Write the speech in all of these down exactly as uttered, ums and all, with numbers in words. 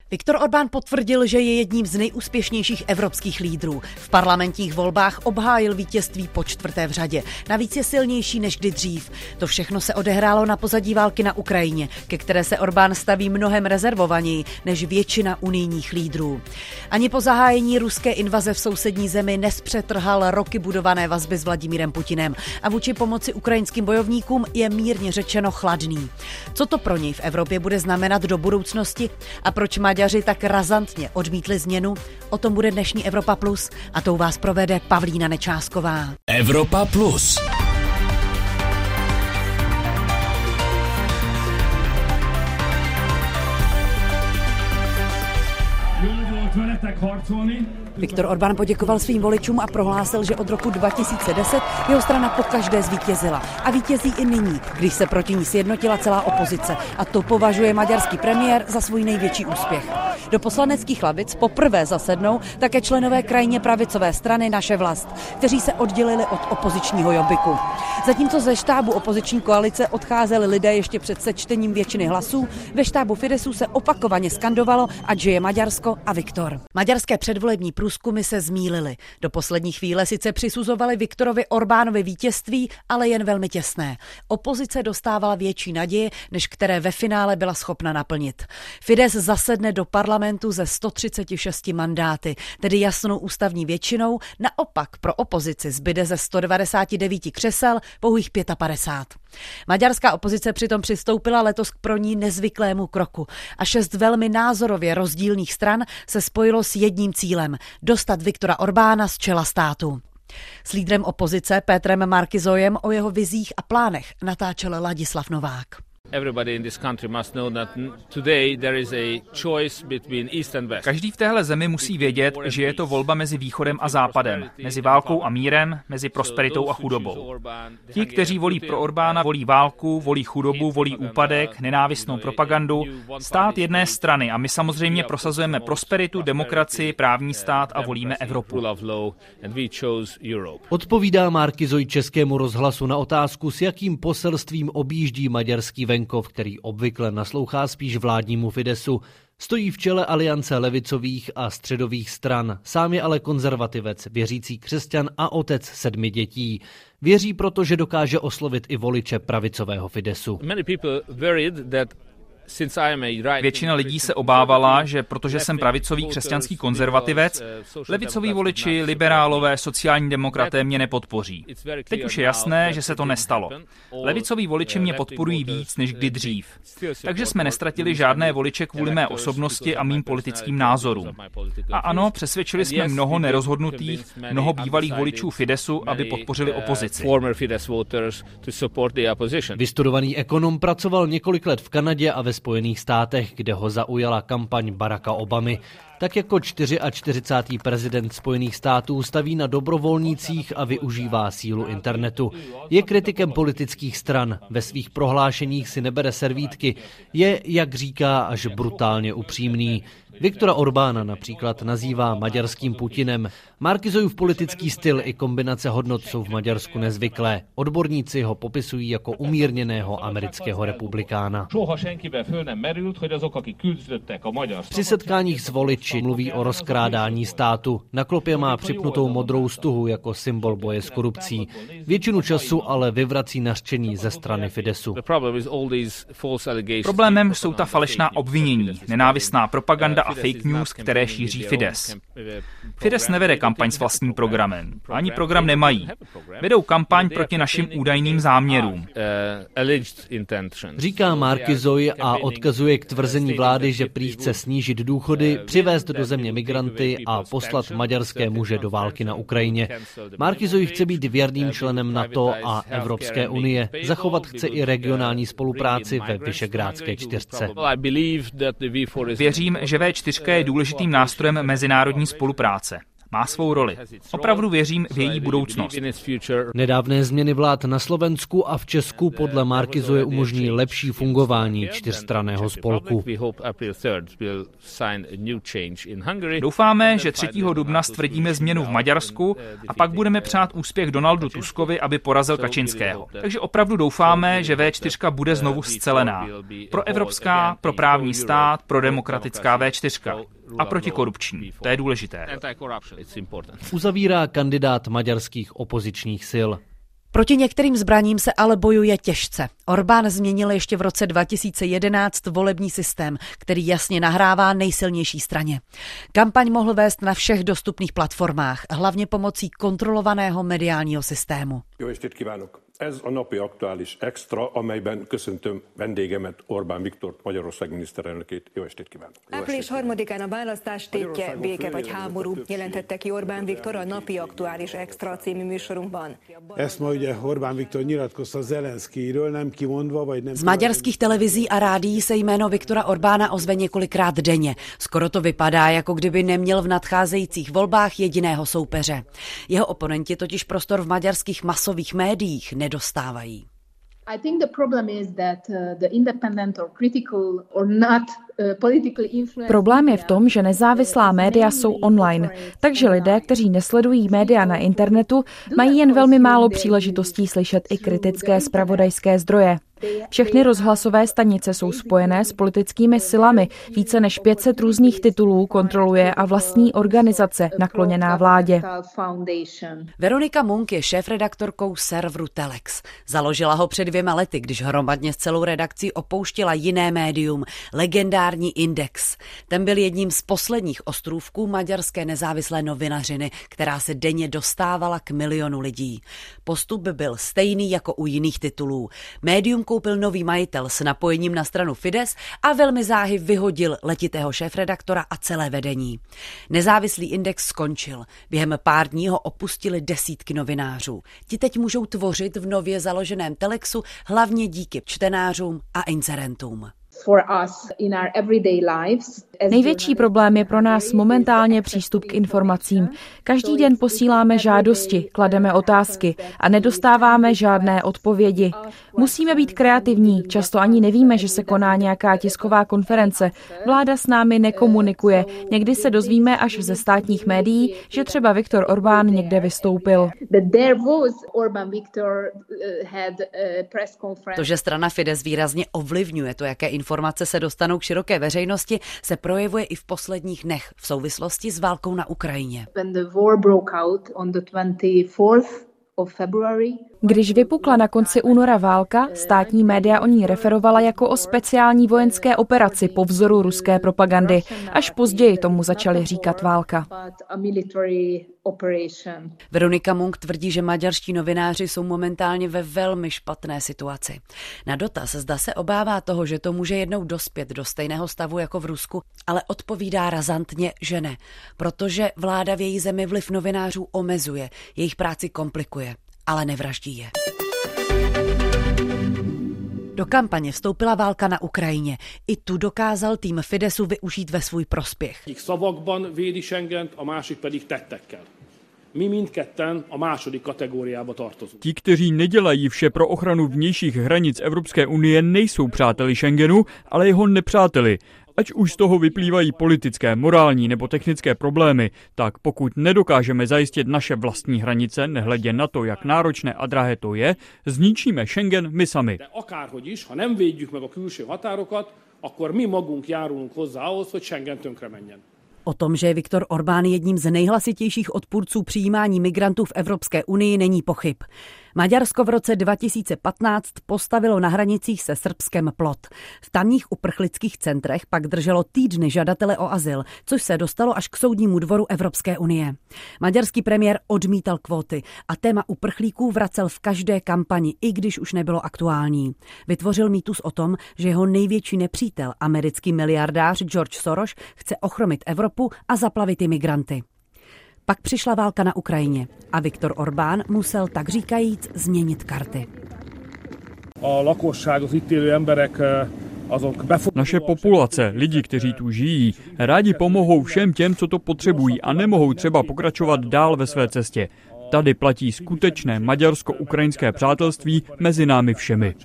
Viktor Orbán potvrdil, že je jedním z nejúspěšnějších evropských lídrů. V parlamentních volbách obhájil vítězství po čtvrté v řadě. Navíc je silnější než kdy dřív. To všechno se odehrálo na pozadí války na Ukrajině, ke které se Orbán staví mnohem rezervovaněji než většina unijních lídrů. Ani po zahájení ruské invaze v sousední zemi nespřetrhal roky budované vazby s Vladimírem Putinem a vůči pomoci ukrajinským bojovníkům je mírně řečeno chladný. Co to pro něj v Evropě bude znamenat do budoucnosti a proč Maďaři tak razantně odmítli změnu? O tom bude dnešní Evropa Plus a tou vás provede Pavlína Nečásková. Evropa Plus. Viktor Orbán poděkoval svým voličům a prohlásil, že od roku dva tisíce deset jeho strana pokaždé zvítězila. A vítězí i nyní, když se proti ní sjednotila celá opozice. A to považuje maďarský premiér za svůj největší úspěch. Do poslaneckých lavic poprvé zasednou také členové krajně pravicové strany Naše vlast, kteří se oddělili od opozičního Jobbiku. Zatímco ze štábu opoziční koalice odcházeli lidé ještě před sečtením většiny hlasů, ve štábu Fidesu se opakovaně skandovalo, ať žije Maďarsko a Viktor. Maďarské předvolební průzkumy se zmýlily. Do poslední chvíle sice přisuzovali Viktorovi Orbánovi vítězství, ale jen velmi těsné. Opozice dostávala větší naděje, než které ve finále byla schopna naplnit. Fides zasedne do parlamentu ze sto třicet šest mandáty, tedy jasnou ústavní většinou, naopak pro opozici zbyde ze sto devadesát devět křesel pouhých padesát pět. Maďarská opozice přitom přistoupila letos k pro ní nezvyklému kroku a šest velmi názorově rozdílných stran se spojilo s jedním cílem – dostat Viktora Orbána z čela státu. S lídrem opozice Pétrem Markizojem o jeho vizích a plánech natáčel Ladislav Novák. Každý v téhle zemi musí vědět, že je to volba mezi východem a západem, mezi válkou a mírem, mezi prosperitou a chudobou. Ti, kteří volí pro Orbána, volí válku, volí chudobu, volí úpadek, nenávistnou propagandu, stát jedné strany a my samozřejmě prosazujeme prosperitu, demokracii, právní stát a volíme Evropu. Odpovídá Markizoj Českému rozhlasu na otázku, s jakým poselstvím objíždí maďarský venkov, který obvykle naslouchá spíš vládnímu Fidesu. Stojí v čele aliance levicových a středových stran. Sám je ale konzervativec, věřící křesťan a otec sedmi dětí. Věří proto, že dokáže oslovit i voliče pravicového Fidesu. Většina lidí se obávala, že protože jsem pravicový křesťanský konzervativec, levicoví voliči, liberálové, sociální demokraté mě nepodpoří. Teď už je jasné, že se to nestalo. Levicoví voliči mě podporují víc než kdy dřív. Takže jsme nestratili žádné voliče kvůli mé osobnosti a mým politickým názorům. A ano, přesvědčili jsme mnoho nerozhodnutých, mnoho bývalých voličů Fidesu, aby podpořili opozici. Vystudovaný ekonom pracoval několik let v Kanadě a ve Spojených státech, kde ho zaujala kampaň Baracka Obamy. Tak jako čtyřicátý čtvrtý prezident Spojených států staví na dobrovolnících a využívá sílu internetu. Je kritikem politických stran, ve svých prohlášeních si nebere servítky, je, jak říká, až brutálně upřímný. Viktora Orbána například nazývá maďarským Putinem. Markizojův politický styl i kombinace hodnot jsou v Maďarsku nezvyklé. Odborníci ho popisují jako umírněného amerického republikána. Při setkáních s voliči mluví o rozkrádání státu. Na klopě má připnutou modrou stuhu jako symbol boje s korupcí. Většinu času ale vyvrací nařčení ze strany Fidesu. Problémem jsou ta falešná obvinění, nenávistná propaganda a fake news, které šíří Fides. Fides nevede kampaň s vlastním programem. Ani program nemají. Vedou kampaň proti našim údajným záměrům. Říká Markizoj a odkazuje k tvrzení vlády, že prý chce snížit důchody, přivést do země migranty a poslat maďarské muže do války na Ukrajině. Markizoj chce být věrným členem NATO a Evropské unie. Zachovat chce i regionální spolupráci ve Visegrádské čtyřce. Věřím, že vé čtyřka je důležitým nástrojem mezinárodní spolupráce. Má svou roli. Opravdu věřím v její budoucnost. Nedávné změny vlád na Slovensku a v Česku podle Markizuje umožní lepší fungování čtyřstranného spolku. Doufáme, že třetího dubna stvrdíme změnu v Maďarsku a pak budeme přát úspěch Donaldu Tuskovi, aby porazil Kačinského. Takže opravdu doufáme, že vé čtyři bude znovu scelená. Proevropská, pro právní stát, pro demokratická vé čtyři a protikorupční. To je důležité. Uzavírá kandidát maďarských opozičních sil. Proti některým zbraním se ale bojuje těžce. Orbán změnil ještě v roce dva tisíce jedenáct volební systém, který jasně nahrává nejsilnější straně. Kampaň mohl vést na všech dostupných platformách, hlavně pomocí kontrolovaného mediálního systému. Ez a napi aktuális extra, amelyben köszöntöm vendégemet, Orbán Viktort, Magyarország miniszterelnökét. Jó estét kívánok! április harmadikán a választás tétje béke vagy háború, jelentette ki Orbán Viktor a Napi Aktuális Extra című műsorunkban. Ezt ma ugye Orbán Viktor nyilatkozta Zelenszkijről, nem kimondva, vagy nem... Z maďarských televizí a rádií se jméno Viktora Orbána ozve několikrát denně. Skoro to vypadá, jako kdyby neměl v nadcházejících volbách jediného soupeře. Jeho oponenti totiž prostor v maďarských masových médiích nedostávají. I think the problem is that uh, the independent or critical or not uh, politically influenced. Problém je v tom, že nezávislá média jsou online, takže lidé, kteří nesledují média na internetu, mají jen velmi málo příležitostí slyšet i kritické zpravodajské zdroje. Všechny rozhlasové stanice jsou spojené s politickými silami. Více než pět set různých titulů kontroluje a vlastní organizace nakloněná vládě. Veronika Munk je šéfredaktorkou serveru Telex. Založila ho před dvěma lety, když hromadně s celou redakcí opouštěla jiné médium, legendární Index. Ten byl jedním z posledních ostrůvků maďarské nezávislé novinařiny, která se denně dostávala k milionu lidí. Postup by byl stejný jako u jiných titulů. Médium koupil nový majitel s napojením na stranu Fidesz a velmi záhy vyhodil letitého šéfredaktora a celé vedení. Nezávislý Index skončil. Během pár dní ho opustili desítky novinářů. Ti teď můžou tvořit v nově založeném Telexu hlavně díky čtenářům a inzerentům. Největší problém je pro nás momentálně přístup k informacím. Každý den posíláme žádosti, klademe otázky a nedostáváme žádné odpovědi. Musíme být kreativní, často ani nevíme, že se koná nějaká tisková konference. Vláda s námi nekomunikuje. Někdy se dozvíme až ze státních médií, že třeba Viktor Orbán někde vystoupil. To, že strana Fidesz výrazně ovlivňuje to, jaké informace se dostanou k široké veřejnosti, se projevuje i v posledních dnech v souvislosti s válkou na Ukrajině. Když vypukla na konci února válka, státní média o ní referovala jako o speciální vojenské operaci po vzoru ruské propagandy. Až později tomu začali říkat válka. Veronika Munk tvrdí, že maďarští novináři jsou momentálně ve velmi špatné situaci. Na dotaz, zda se obává toho, že to může jednou dospět do stejného stavu jako v Rusku, ale odpovídá razantně, že ne, protože vláda v její zemi vliv novinářů omezuje, jejich práci komplikuje, ale nevraždí je. Do kampaně vstoupila válka na Ukrajině. I tu dokázal tým Fideszu využít ve svůj prospěch. Szavakban védi Schengent, a másik pedig tettekkel. My mindketten a második kategóriába tartozunk. Ti, kteří nedělají vše pro ochranu vnějších hranic Evropské unie, nejsou přáteli Schengenu, ale jeho nepřáteli. Ať už z toho vyplývají politické, morální nebo technické problémy, tak pokud nedokážeme zajistit naše vlastní hranice, nehledě na to, jak náročné a drahé to je, zničíme Schengen my sami. Akárhogy is, ha nem védjük meg a külső határokat, akkor mi magunk járulunk hozzá ahhoz, hogy Schengen tönkre menjen. O tom, že je Viktor Orbán jedním z nejhlasitějších odpůrců přijímání migrantů v Evropské unii, není pochyb. Maďarsko v roce dva tisíce patnáct postavilo na hranicích se Srbskem plot. V tamních uprchlických centrech pak drželo týdny žadatele o azyl, což se dostalo až k soudnímu dvoru Evropské unie. Maďarský premiér odmítal kvóty a téma uprchlíků vracel v každé kampani, i když už nebylo aktuální. Vytvořil mýtus o tom, že jeho největší nepřítel, americký miliardář George Soros, chce ochromit Evropu a zaplavit imigranty. Pak přišla válka na Ukrajině a Viktor Orbán musel tak říkajíc změnit karty. A lakosság, az itt élő emberek Naše populace, lidi, kteří tu žijí, rádi pomohou všem těm, co to potřebují a nemohou třeba pokračovat dál ve své cestě. Tady platí skutečné maďarsko-ukrajinské přátelství mezi námi všemi.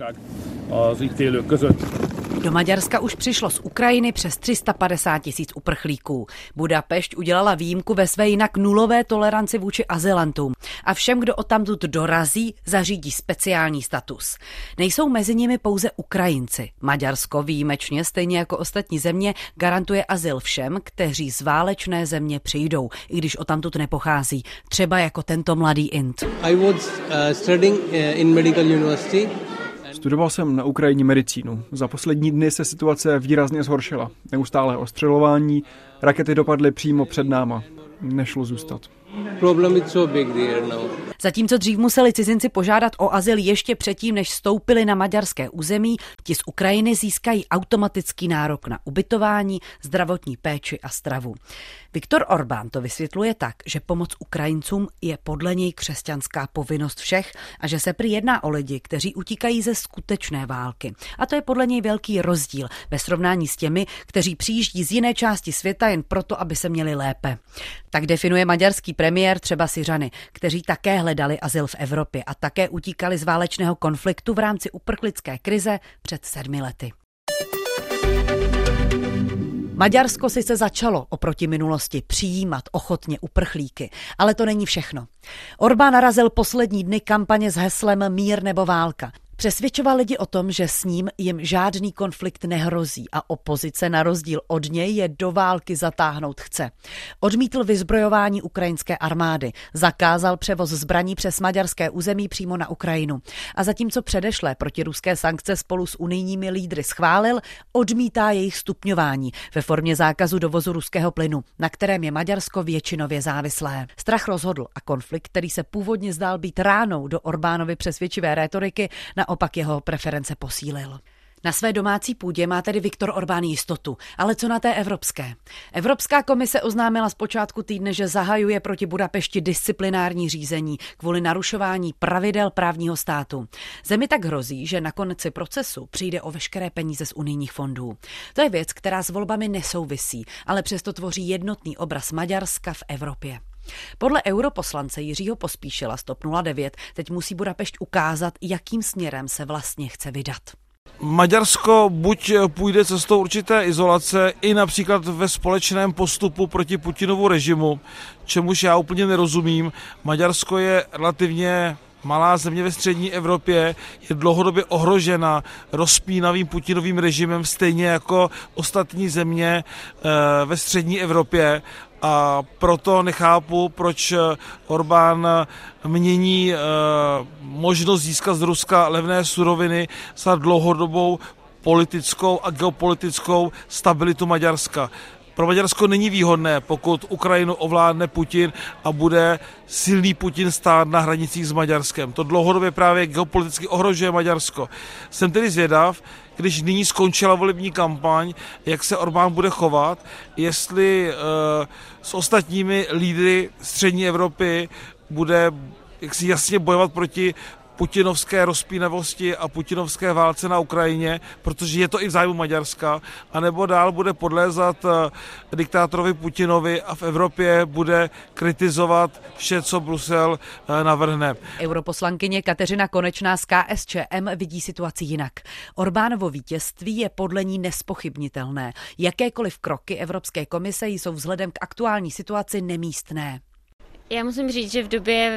Do Maďarska už přišlo z Ukrajiny přes tři sta padesát tisíc uprchlíků. Budapešť udělala výjimku ve své jinak nulové toleranci vůči azylantům a všem, kdo odtamtud dorazí, zařídí speciální status. Nejsou mezi nimi pouze Ukrajinci. Maďarsko výjimečně, stejně jako ostatní země, garantuje azyl všem, kteří z válečné země přijdou, i když odtamtud nepochází. Třeba jako tento mladý Int. I was uh, studying uh, in medical university. Studoval jsem na Ukrajině medicínu. Za poslední dny se situace výrazně zhoršila. Neustále ostřelování, rakety dopadly přímo před náma. Nešlo zůstat. Zatímco dřív museli cizinci požádat o azyl ještě předtím, než vstoupili na maďarské území, ti z Ukrajiny získají automatický nárok na ubytování, zdravotní péči a stravu. Viktor Orbán to vysvětluje tak, že pomoc Ukrajincům je podle něj křesťanská povinnost všech a že se prý jedná o lidi, kteří utíkají ze skutečné války. A to je podle něj velký rozdíl ve srovnání s těmi, kteří přijíždí z jiné části světa jen proto, aby se měli lépe. Tak definuje maďarský premiér třeba Syřany, kteří také hledali azyl v Evropě a také utíkali z válečného konfliktu v rámci uprchlické krize před sedmi lety. Maďarsko sice začalo oproti minulosti přijímat ochotně uprchlíky, ale to není všechno. Orbán narazil poslední dny kampaně s heslem Mír nebo válka. Přesvědčoval lidi o tom, že s ním jim žádný konflikt nehrozí a opozice na rozdíl od něj je do války zatáhnout chce. Odmítl vyzbrojování ukrajinské armády, zakázal převoz zbraní přes maďarské území přímo na Ukrajinu. A zatímco předešlé protiruské sankce spolu s unijními lídry schválil, odmítá jejich stupňování ve formě zákazu dovozu ruského plynu, na kterém je Maďarsko většinově závislé. Strach rozhodl a konflikt, který se původně zdál být ránou do Orbánovy přesvědčivé rétoriky, naopak jeho preference posílil. Na své domácí půdě má tedy Viktor Orbán jistotu, ale co na té evropské? Evropská komise oznámila z počátku týdne, že zahajuje proti Budapešti disciplinární řízení kvůli narušování pravidel právního státu. Zemi tak hrozí, že na konci procesu přijde o veškeré peníze z unijních fondů. To je věc, která s volbami nesouvisí, ale přesto tvoří jednotný obraz Maďarska v Evropě. Podle europoslance Jiřího Pospíšila z TOP nula devět teď musí Budapešť ukázat, jakým směrem se vlastně chce vydat. Maďarsko buď půjde cestou určité izolace i například ve společném postupu proti Putinovu režimu, čemuž já úplně nerozumím. Maďarsko je relativně malá země ve střední Evropě, je dlouhodobě ohrožena rozpínavým Putinovým režimem, stejně jako ostatní země ve střední Evropě. A proto nechápu, proč Orbán mění možnost získat z Ruska levné suroviny za dlouhodobou politickou a geopolitickou stabilitu Maďarska. Pro Maďarsko není výhodné, pokud Ukrajinu ovládne Putin a bude silný Putin stát na hranicích s Maďarskem. To dlouhodobě právě geopoliticky ohrožuje Maďarsko. Jsem tedy zvědav, když nyní skončila volební kampaň, jak se Orbán bude chovat, jestli e, s ostatními lídry střední Evropy bude jaksi jasně bojovat proti putinovské rozpínavosti a putinovské válce na Ukrajině, protože je to i v zájmu Maďarska, anebo dál bude podlézat diktátorovi Putinovi a v Evropě bude kritizovat vše, co Brusel navrhne. Europoslankyně Kateřina Konečná z K S Č M vidí situaci jinak. Orbánovo vítězství je podle ní nespochybnitelné. Jakékoliv kroky Evropské komise jsou vzhledem k aktuální situaci nemístné. Já musím říct, že v době,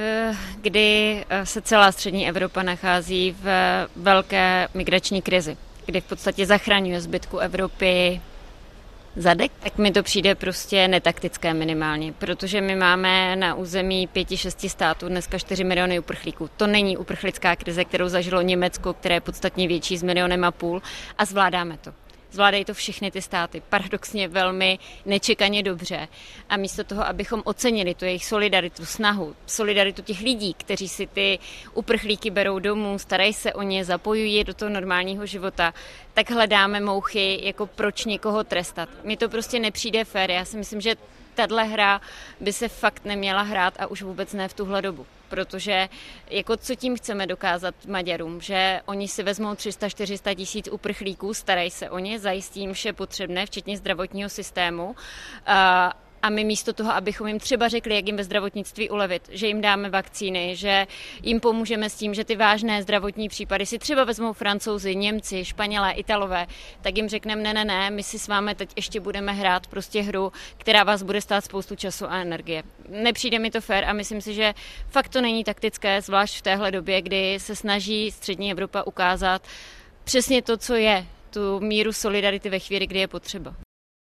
kdy se celá střední Evropa nachází v velké migrační krizi, kdy v podstatě zachraňuje zbytku Evropy zadek, tak mi to přijde prostě netaktické minimálně, protože my máme na území pěti, šesti států dneska čtyři miliony uprchlíků. To není uprchlická krize, kterou zažilo Německo, které je podstatně větší s milionem a půl a zvládáme to. Zvládají to všechny ty státy, paradoxně velmi nečekaně dobře. A místo toho, abychom ocenili tu jejich solidaritu, snahu, solidaritu těch lidí, kteří si ty uprchlíky berou domů, starají se o ně, zapojují je do toho normálního života, tak hledáme mouchy, jako proč někoho trestat. Mně to prostě nepřijde fér. Já si myslím, že tahle hra by se fakt neměla hrát a už vůbec ne v tuhle dobu. protože jako co tím chceme dokázat Maďarům, že oni si vezmou tři sta čtyři sta tisíc uprchlíků, starají se o ně, zajistí jim vše potřebné, včetně zdravotního systému, a A my místo toho, abychom jim třeba řekli, jak jim ve zdravotnictví ulevit, že jim dáme vakcíny, že jim pomůžeme s tím, že ty vážné zdravotní případy si třeba vezmou Francouzi, Němci, Španělé, Italové, tak jim řekneme ne, ne, ne, my si s vámi teď ještě budeme hrát prostě hru, která vás bude stát spoustu času a energie. Nepřijde mi to fér a myslím si, že fakt to není taktické, zvlášť v téhle době, kdy se snaží střední Evropa ukázat přesně to, co je, tu míru solidarity ve chvíli, kdy je potřeba.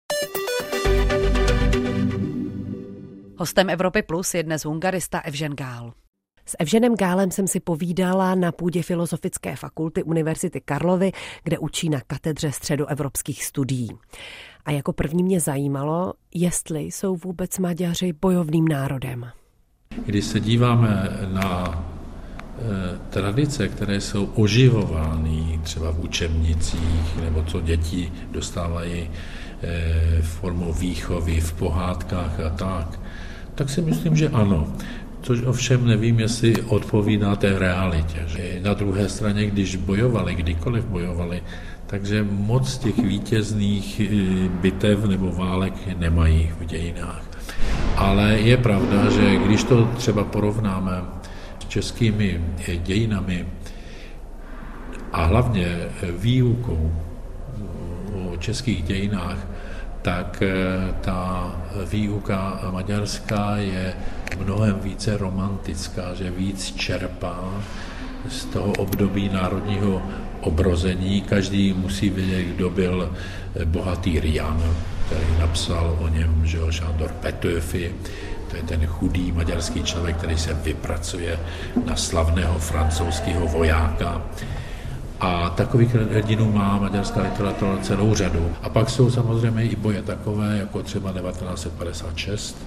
Hostem Evropy Plus je dnes hungarista Evžen Gál. S Evženem Gálem jsem si povídala na půdě Filozofické fakulty Univerzity Karlovy, kde učí na katedře středoevropských studií. A jako první mě zajímalo, jestli jsou vůbec Maďaři bojovným národem. Když se díváme na e, tradice, které jsou oživovány třeba v učebnicích, nebo co děti dostávají e, formou výchovy v pohádkách a tak, tak si myslím, že ano. Což ovšem nevím, jestli odpovídá té realitě. Že na druhé straně, když bojovali, kdykoliv bojovali, takže moc těch vítězných bitev nebo válek nemají v dějinách. Ale je pravda, že když to třeba porovnáme s českými dějinami a hlavně výukou o českých dějinách, tak ta výuka maďarská je mnohem více romantická, že víc čerpá z toho období národního obrození. Každý musí vědět, kdo byl bohatý Rian, který napsal o něm, že Sándor Petőfi, to je ten chudý maďarský člověk, který se vypracuje na slavného francouzského vojáka. A takových hrdinů má maďarská literatura celou řadu. A pak jsou samozřejmě i boje takové, jako třeba devatenáct set padesát šest,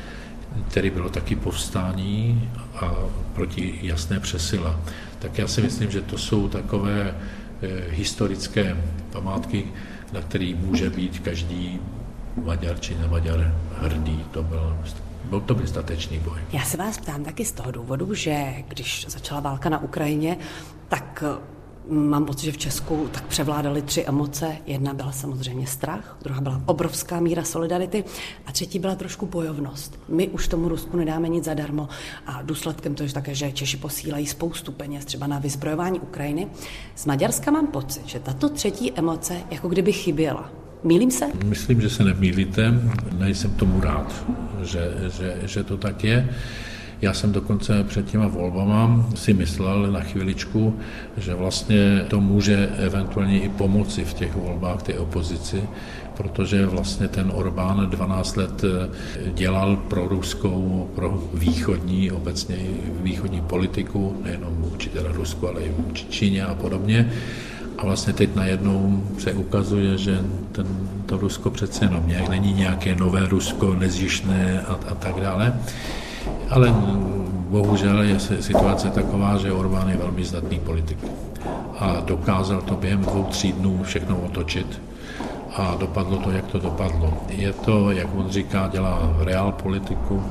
který bylo taky povstání a proti jasné přesile. Tak já si myslím, že to jsou takové eh, historické památky, na který může být každý Maďar či nemaďar hrdý. To byl, byl to byl statečný boj. Já se vás ptám taky z toho důvodu, že když začala válka na Ukrajině, tak mám pocit, že v Česku tak převládaly tři emoce. Jedna byla samozřejmě strach, druhá byla obrovská míra solidarity a třetí byla trošku bojovnost. My už tomu Rusku nedáme nic zadarmo a důsledkem to je také, že Češi posílají spoustu peněz třeba na vyzbrojování Ukrajiny. Z Maďarska mám pocit, že tato třetí emoce jako kdyby chyběla. Mýlím se? Myslím, že se nemýlíte. Nejsem tomu rád, že, že, že to tak je. Já jsem dokonce před těma volbama si myslel na chviličku, že vlastně to může eventuálně i pomoci v těch volbách té opozici, protože vlastně ten Orbán dvanáct let dělal pro ruskou, pro východní, obecně východní politiku, nejenom vůči teda Rusku, ale i vůči Číně a podobně. A vlastně teď najednou se ukazuje, že ten, to Rusko přece jenom nějak není nějaké nové Rusko, nezjištné a, a tak dále. Ale bohužel je situace taková, že Orbán je velmi zdatný politik a dokázal to během dvou, tří dnů všechno otočit a dopadlo to, jak to dopadlo. Je to, jak on říká, dělá reál politiku,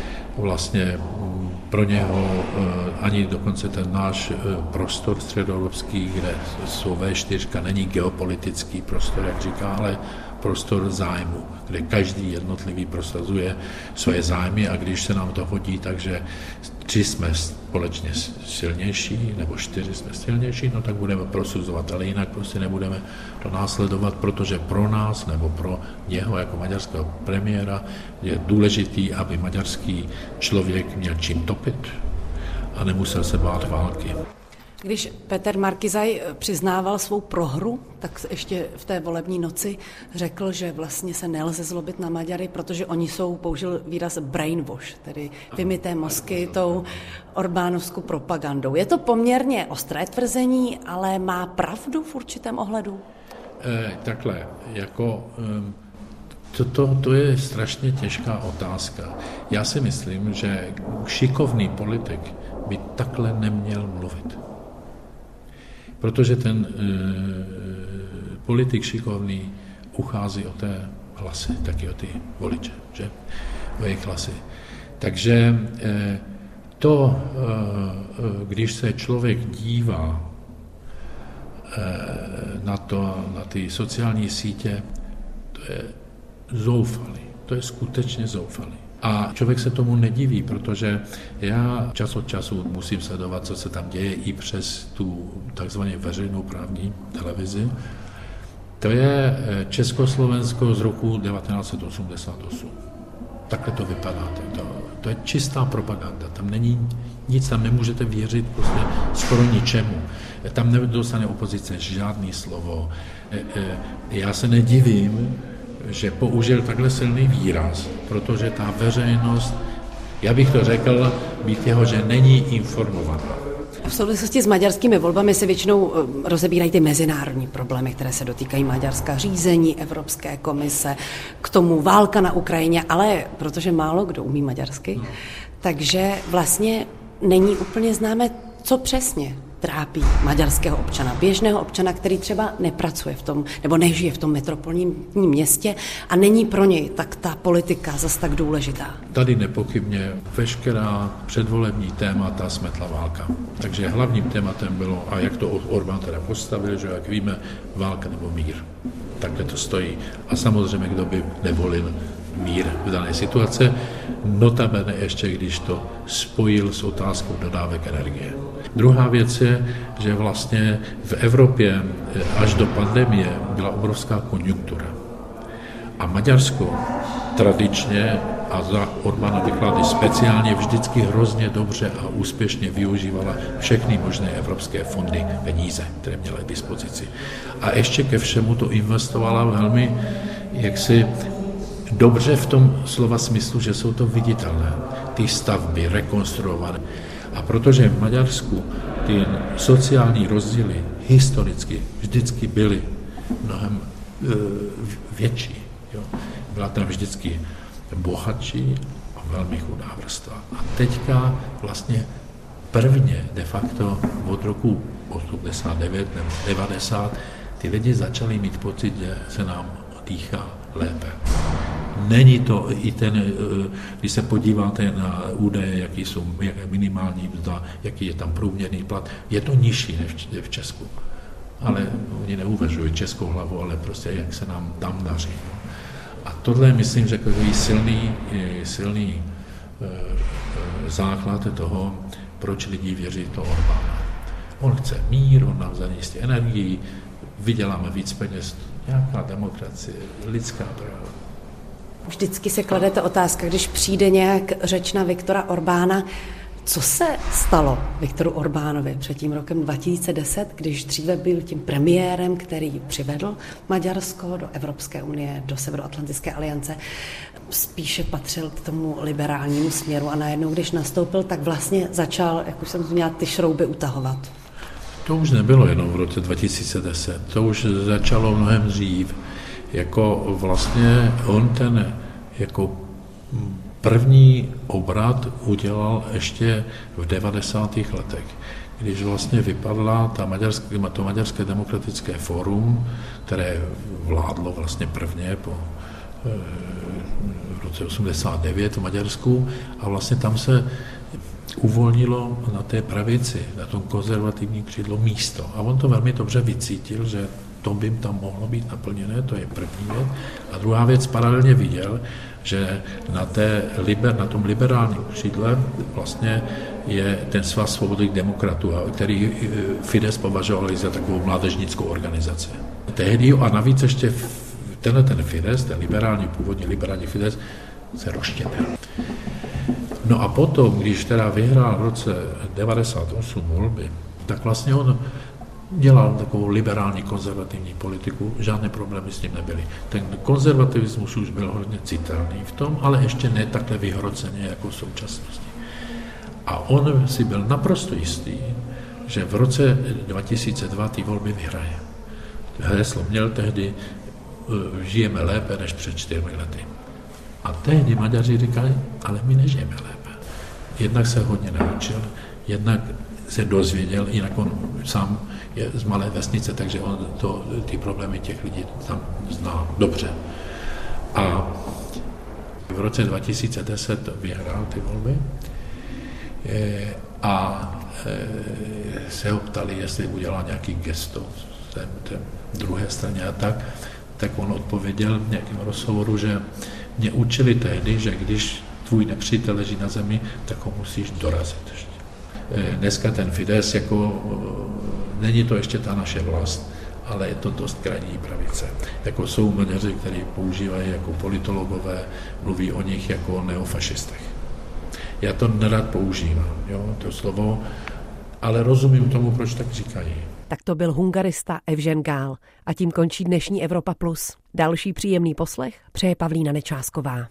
vlastně pro něho ani dokonce ten náš prostor středoevropský, kde jsou vé čtyři, není geopolitický prostor, jak říká, ale prostor zájmu, kde každý jednotlivý prosazuje svoje zájmy a když se nám to hodí, takže tři jsme společně silnější, nebo čtyři jsme silnější, no tak budeme prosazovat, ale jinak prostě nebudeme to následovat, protože pro nás nebo pro něho jako maďarského premiéra je důležitý, aby maďarský člověk měl čím topit a nemusel se bát války. Když Peter Markizaj přiznával svou prohru, tak ještě v té volební noci řekl, že vlastně se nelze zlobit na Maďary, protože oni jsou, použil výraz brainwash, tedy vymyté mozky tou orbánovskou propagandou. Je to poměrně ostré tvrzení, ale má pravdu v určitém ohledu? Eh, takhle, jako... Eh, To, to, to je strašně těžká otázka. Já si myslím, že šikovný politik by takhle neměl mluvit. Protože ten e, politik šikovný uchází o té hlasy, taky o ty voliče, že? O jejich hlasy. Takže e, To, když se člověk dívá na to, na ty sociální sítě, to je zoufalý, to je skutečně zoufalý. A člověk se tomu nediví, protože já čas od času musím sledovat, co se tam děje i přes tu takzvaně veřejnou právní televizi. To je Československo z roku devatenáct set osmdesát osm. Takhle to vypadá. To, to je čistá propaganda. Tam není nic, tam nemůžete věřit prostě skoro ničemu. Tam nedostane opozice žádný slovo. Já se nedivím, že použil takhle silný výraz, protože ta veřejnost, já bych to řekl, bych těho, že není informovaná. V souvislosti s maďarskými volbami se většinou rozebírají ty mezinárodní problémy, které se dotýkají Maďarska, řízení Evropské komise, k tomu válka na Ukrajině, ale protože málo kdo umí maďarsky, no. takže vlastně není úplně známe, co přesně trápí maďarského občana, běžného občana, který třeba nepracuje v tom, nebo nežije v tom metropolním městě a není pro něj tak ta politika zas tak důležitá. Tady nepochybně veškerá předvolební témata smetla válka. Takže hlavním tématem bylo, a jak to Orbán teda postavil, že jak víme, válka nebo mír. Takhle to stojí. A samozřejmě, kdo by nevolil mír v dané situace, notabene ještě, když to spojil s otázkou dodávek energie. Druhá věc je, že vlastně v Evropě až do pandemie byla obrovská konjunktura. A Maďarsko tradičně a za Orbána vyklady speciálně vždycky hrozně dobře a úspěšně využívala všechny možné evropské fondy, peníze, které měla k dispozici. A ještě ke všemu to investovala velmi jaksi dobře v tom slova smyslu, že jsou to viditelné, ty stavby rekonstruované. A protože v Maďarsku ty sociální rozdíly historicky vždycky byly mnohem e, větší. Jo. Byla tam vždycky bohatší a velmi chudá vrstva. A teďka vlastně prvně de facto od roku osmdesát devět nebo devadesát ty lidi začali mít pocit, že se nám dýchá lépe. Není to i ten, když se podíváte na údaje, jaký jsou, jak je minimální mzda, jaký je tam průměrný plat, je to nižší než v Česku. Ale oni neuvažují českou hlavu, ale prostě jak se nám tam daří. A tohle, myslím, že je silný, silný základ toho, proč lidi věří to Orbána. On chce mír, on nám zajistí energii, vyděláme víc peněz, nějaká demokracie, lidská práva. Vždycky se kladete otázka, když přijde nějak řeč na Viktora Orbána, co se stalo Viktoru Orbánovi před tím rokem dva tisíce deset, když dříve byl tím premiérem, který přivedl Maďarsko do Evropské unie, do Severoatlantické aliance, spíše patřil k tomu liberálnímu směru a najednou, když nastoupil, tak vlastně začal, jak už jsem zmínila, ty šrouby utahovat. To už nebylo jenom v roce dva tisíce deset, to už začalo mnohem dřív. Jako vlastně on ten jako první obrat udělal ještě v devadesátých letech, když vlastně vypadla ta maďarské, to Maďarské demokratické fórum, které vládlo vlastně prvně po v roce osmdesát devět v Maďarsku a vlastně tam se uvolnilo na té pravici, na tom konzervativní křídlo místo. A on to velmi dobře vycítil, že to by tam mohlo být naplněné, to je první věc. A druhá věc, paralelně viděl, že na, té liber, na tom liberálním křídle vlastně je ten Svaz svobodných demokratů, který Fidesz považovali za takovou mládežnickou organizaci. Tehdy a navíc ještě tenhle ten Fidesz, ten liberální, původně liberální Fidesz, se rozštěpil. No a potom, když teda vyhrál v roce devadesát osm volby, tak vlastně on dělal takovou liberální konzervativní politiku, žádné problémy s tím nebyly. Ten konzervativismus už byl hodně citelný v tom, ale ještě ne takhle vyhroceně jako v současnosti. A on si byl naprosto jistý, že v roce dva tisíce dva ty volby vyhraje. Heslo měl tehdy, žijeme lépe než před čtyřmi lety. A tehdy Maďaři říkali, ale my nežijeme lépe. Jednak se hodně naučil, jednak se dozvěděl, jinak on sám je z malé vesnice, takže on to, ty problémy těch lidí tam zná dobře. A v roce dva tisíce deset vyhrál ty volby a se ho ptali, jestli udělal nějaký gesto té, té druhé straně a tak, tak on odpověděl v nějakém rozhovoru, že mě učili tehdy, že když tvůj nepřítel leží na zemi, tak ho musíš dorazit. Dneska ten Fidesz, jako, není to ještě ta naše vlast, ale je to dost krajní pravice. Jako jsou Maďaři, kteří používají jako politologové, mluví o nich jako o neofašistech. Já to nerad používám, jo, to slovo, ale rozumím tomu, proč tak říkají. Tak to byl hungarista Evžen Gál. A tím končí dnešní Evropa Plus. Další příjemný poslech přeje Pavlína Nečásková.